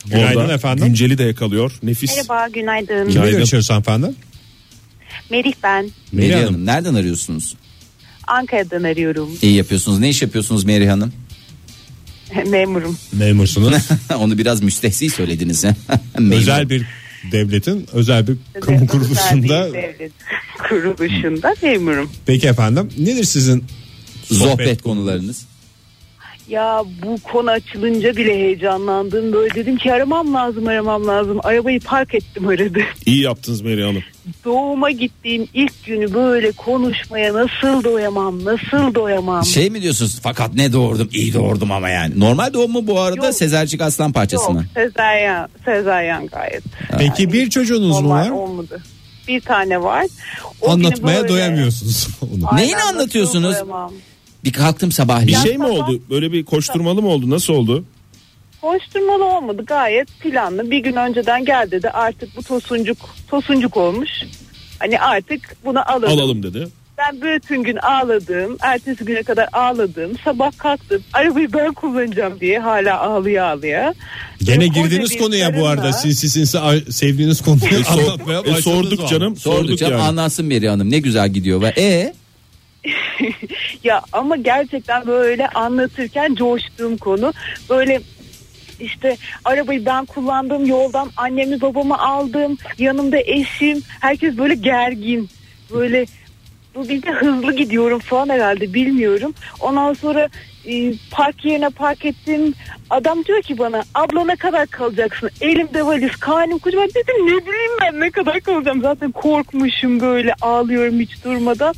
Günaydın Orada efendim. günceli de yakalıyor. Nefis. Merhaba, günaydın. Kimle görüşüyoruz efendim? Merih ben. Merih Hanım. Hanım nereden arıyorsunuz? Ankara'dan arıyorum. İyi yapıyorsunuz. Ne iş yapıyorsunuz Merih Hanım? Memurum. Memursunuz. Onu biraz müstehsi söylediniz. Özel bir devletin özel bir kamu kuruluşunda. Özel bir devlet kuruluşunda memurum. Peki efendim, nedir sizin sohbet konularınız? Ya bu konu açılınca bile heyecanlandım. Böyle dedim ki aramam lazım. Arabayı park ettim arada. İyi yaptınız Meryem Hanım. Doğuma gittiğim ilk günü böyle konuşmaya nasıl doyamam. Şey mi diyorsunuz? Fakat ne doğurdum, iyi doğurdum ama yani. Normal doğum mu bu arada? Yok. Sezercik aslan parçası mı? Sezaryen gayet. Peki Yani bir çocuğunuz mu normal var? olmadı. Bir tane var. O Anlatmaya günü böyle- doyamıyorsunuz onu. Aynen, Neyini nasıl anlatıyorsunuz? doyamam. Bir kalktım Bir sabahleyin. şey mi oldu? Böyle bir koşturmalı mı oldu? Nasıl oldu? Koşturmalı olmadı, gayet planlı. Bir gün önceden gel dedi, artık bu tosuncuk olmuş. Hani artık bunu Alalım dedi. Ben bütün gün ağladım. Ertesi güne kadar ağladım. Sabah kalktım. Arabayı ben kullanacağım diye hala ağlaya. Gene Böyle girdiniz koca bir konuya bu arada. karınla- Sinsi sevdiğiniz konuyu anlatmaya başladınız. Sorduk canım. Sorduk canım, yani. anlatsın Merih Hanım. Ne güzel gidiyor. Ve Ya ama gerçekten böyle anlatırken coştuğum konu. Böyle işte arabayı ben kullandım, yoldan annemi babamı aldım, yanımda eşim, herkes böyle gergin, böyle bu bir de hızlı gidiyorum falan herhalde, bilmiyorum. Ondan sonra park yerine park ettim. Adam diyor ki bana, ablana kadar kalacaksın? Elimde valiz, karnım kocaman. Dedim ne bileyim ben ne kadar kalacağım. Zaten korkmuşum, böyle ağlıyorum hiç durmadan.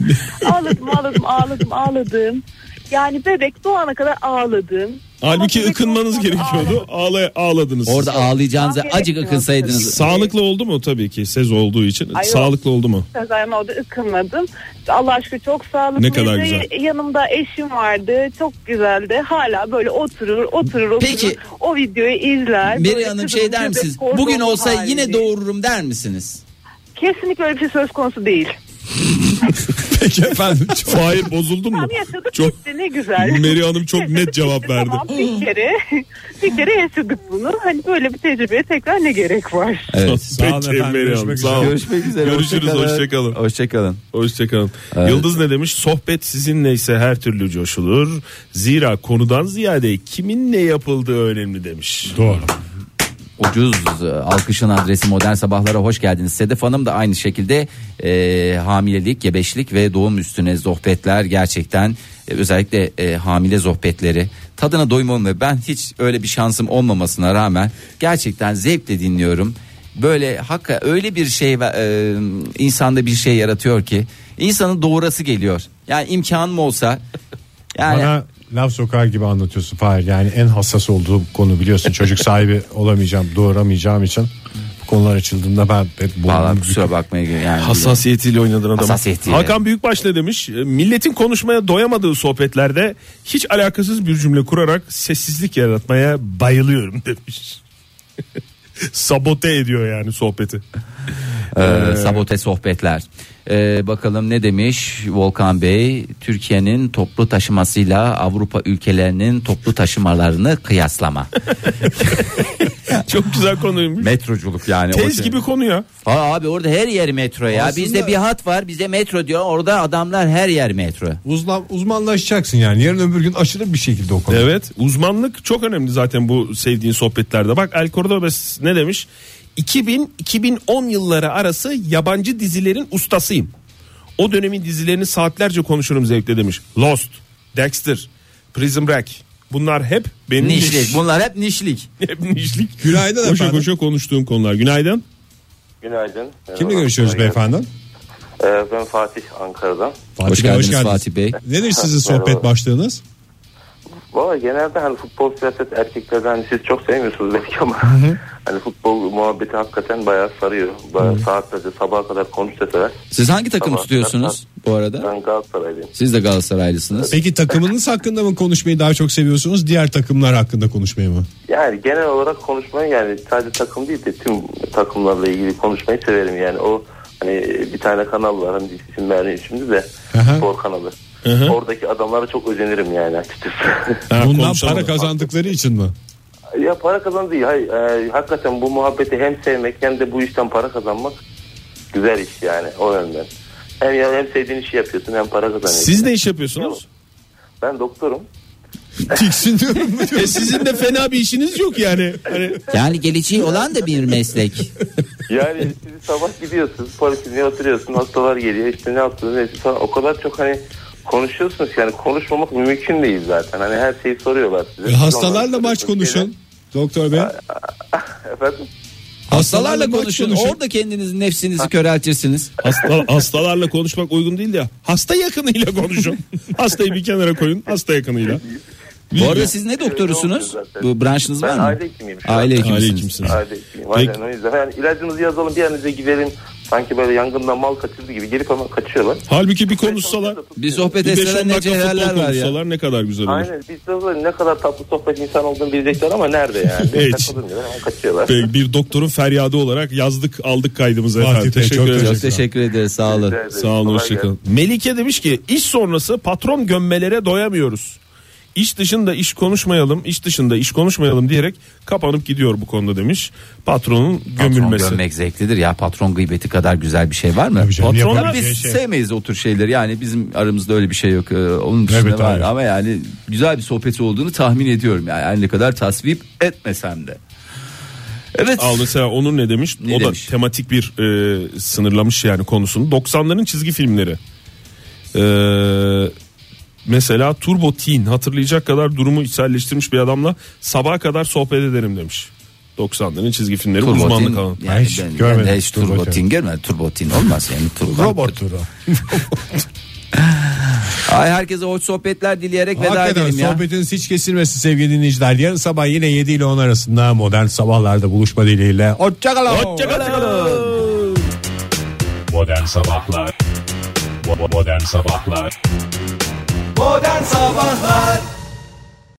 Ağladım. Yani bebek doğana kadar ağladım. Halbuki Ama bebek ıkınmanız doğana kadar gerekiyordu. Ağladınız. orada ağlayacağınıza Gerçekten. acık ıkınsaydınız. Sağlıklı oldu mu tabii ki sez olduğu için? Ay, Sağlıklı oldu mu? Sezaryen orada ıkınmadım. Allah aşkına çok sağlıklıydı. Ne kadar güzel. Yanımda eşim vardı. Çok güzeldi. Hala böyle oturur. Peki. O videoyu izler. Merih Böyle Hanım kızım, şey der bebek misiniz? korkunç Bugün olsa halinde. yine doğururum der misiniz? Kesinlikle öyle bir şey söz konusu değil. Peki efendim. Fahir bozuldun mu? Yani yaşadık Çok bitti, ne güzel. Meryem Hanım çok Yaşadık net cevap bitti, verdi. Tamam, bir kere yaşadık bunu. Hani böyle bir tecrübeye tekrar ne gerek var? Evet. Sağ olun Peki efendim, Meryem Hanım, görüşmek sağ olun. Görüşmek üzere. Görüşürüz, hoşçakalın. Hoşçakalın. Evet. Yıldız ne demiş? Sohbet sizinleyse her türlü coşulur. Zira konudan ziyade kimin ne yapıldığı önemli demiş. Doğru. Ucuz alkışın adresi Modern Sabahlara hoş geldiniz. Sedef Hanım da aynı şekilde hamilelik, gebeşlik ve doğum üstüne sohbetler gerçekten özellikle hamile sohbetleri tadına doyum olmuyor. Ben hiç öyle bir şansım olmamasına rağmen gerçekten zevkle dinliyorum. Böyle hakikaten öyle bir şey insanda bir şey yaratıyor ki insanın doğurası geliyor. Yani imkanım olsa yani Bana laf sokar gibi anlatıyorsun Fahir. Yani en hassas olduğum konu, biliyorsun. Çocuk sahibi olamayacağım, doğuramayacağım için bu konular açıldığında ben hep vallahi kusura bakmaya yani Hassasiyetiyle oynadın adam. Hassasiyetiyle. Hakan Büyükbaş ne demiş? Milletin konuşmaya doyamadığı sohbetlerde hiç alakasız bir cümle kurarak sessizlik yaratmaya bayılıyorum demiş. Sabote ediyor yani sohbeti. Sabote sohbetler. Bakalım ne demiş Volkan Bey? Türkiye'nin toplu taşımasıyla Avrupa ülkelerinin toplu taşımalarını kıyaslama. Çok güzel konuymuş. Metroculuk yani. Tez gibi konu ya. Abi orada her yer metro ya. Aslında- Bizde bir hat var, bize metro diyor. Orada adamlar her yer metro. Uzmanlaşacaksın yani. Yarın öbür gün aşırı bir şekilde o konu. Evet, uzmanlık çok önemli zaten bu sevdiğin sohbetlerde. Bak El Cordobes ne demiş? 2000-2010 yılları arası yabancı dizilerin ustasıyım. O dönemin dizilerini saatlerce konuşurum zevkle demiş. Lost, Dexter, Prison Break. Bunlar hep benim Nişlik. Bunlar hep nişlik. hep nişlik. Günaydın Koşa efendim. koşa konuştuğum konular. Günaydın. Günaydın. Kimle görüşüyoruz beyefendi? Ben Fatih, Ankara'dan. Hoş Bey, geldiniz Fatih Bey. Nedir sizin Merhaba. sohbet başlığınız? Valla genelde hani futbol, siyaset, erkeklerden hani siz çok sevmiyorsunuz belki ama hani futbol muhabbeti hakikaten bayağı sarıyor. Bayağı saatlerce sabaha kadar konuşsalar. Siz hangi takım Sabah tutuyorsunuz bu arada? Ben Galatasaraylıyım. Siz de Galatasaraylısınız. Peki takımınız hakkında mı konuşmayı daha çok seviyorsunuz, diğer takımlar hakkında konuşmayı mı? Yani genel olarak konuşmayı, yani sadece takım değil de tüm takımlarla ilgili konuşmayı severim yani. O hani bir tane kanal var, hani isim vermeyeyim şimdi de, Aha. spor kanalı. Oradaki adamlara çok özenirim yani açıkçası. Bundan konuşalım. para kazandıkları için mi? Ya para kazan değil. Hayır, hakikaten bu muhabbeti hem sevmek hem de bu işten para kazanmak güzel iş yani o yönden. Hem sevdiğin işi yapıyorsun hem para kazanıyorsun. Siz ne iş yapıyorsunuz? Ben doktorum. Tiksiniyorum. Sizin de fena bir işiniz yok yani. Yani geleceği olan da bir meslek. Yani siz sabah gidiyorsunuz, polikliniğe oturuyorsun, hastalar geliyor, işte ne yaptınız neyse falan, o kadar çok hani konuşuyorsunuz yani konuşmamak mümkün değil zaten. Hani her şeyi soruyorlar size. Hastalarla maç konuşun doktor bey. Efendim? Hastalarla konuşun. Orada kendinizi, nefsinizi köreltirsiniz. Hastalarla konuşmak uygun değil ya. Hasta yakınıyla konuşun. Hastayı bir kenara koyun. Hasta yakınıyla. Bu arada siz ne doktorusunuz? Bu branşınız var mı? Ben aile hekimiyim. Aile hekimisiniz. Aile hekimiyim. Aynen o yüzden. Yani ilacınızı yazalım, bir an önce gidelim. Sanki böyle yangından mal kaçırdı gibi gelip hemen kaçıyorlar. Halbuki bir konuşsalar. Bir sohbet etseler ne cevherler var ya. Ne kadar güzel olur. Aynen. Biz de ne kadar tatlı sohbet insan olduğunu bilecekler ama nerede yani? Kaçıyorlar. Bir doktorun feryadı olarak yazdık, aldık kaydımızı efendim. Çok teşekkür ederiz. Sağ olun. Sağ olun, hoşçakalın. Melike demiş ki iş sonrası patron gömmelere doyamıyoruz. İş dışında iş konuşmayalım, iş dışında iş konuşmayalım diyerek kapanıp gidiyor bu konuda demiş. Patronun gömülmesi. Patron gömmek zevklidir ya, patron gıybeti kadar güzel bir şey var mı? Patronlar biz sevmeyiz o tür şeyleri, yani bizim aramızda öyle bir şey yok. Onun dışında var ama yani güzel bir sohbeti olduğunu tahmin ediyorum. Yani ne kadar tasvip etmesem de. Evet. Al mesela Onur ne demiş? O demiş? Da tematik bir sınırlamış yani konusunu. 90'ların çizgi filmleri. Mesela Turbo Teen, hatırlayacak kadar durumu içselleştirmiş bir adamla sabaha kadar sohbet ederim demiş. 90'ların çizgi filmleri uzmanlık alanı. Yani ben hiç Turbo Teen görmedim. Turbo Teen olmaz yani. Robot Turbo. Ay, herkese hoş sohbetler dileyerek veda edelim ya. Sohbetiniz hiç kesilmesin sevgili dinleyiciler. Yarın sabah yine 7 ile 10 arasında Modern Sabahlar'da buluşma dileğiyle. Hoşçakalın. Hoşçakalın. Modern Sabahlar. Modern Sabahlar. Modern Sabahlar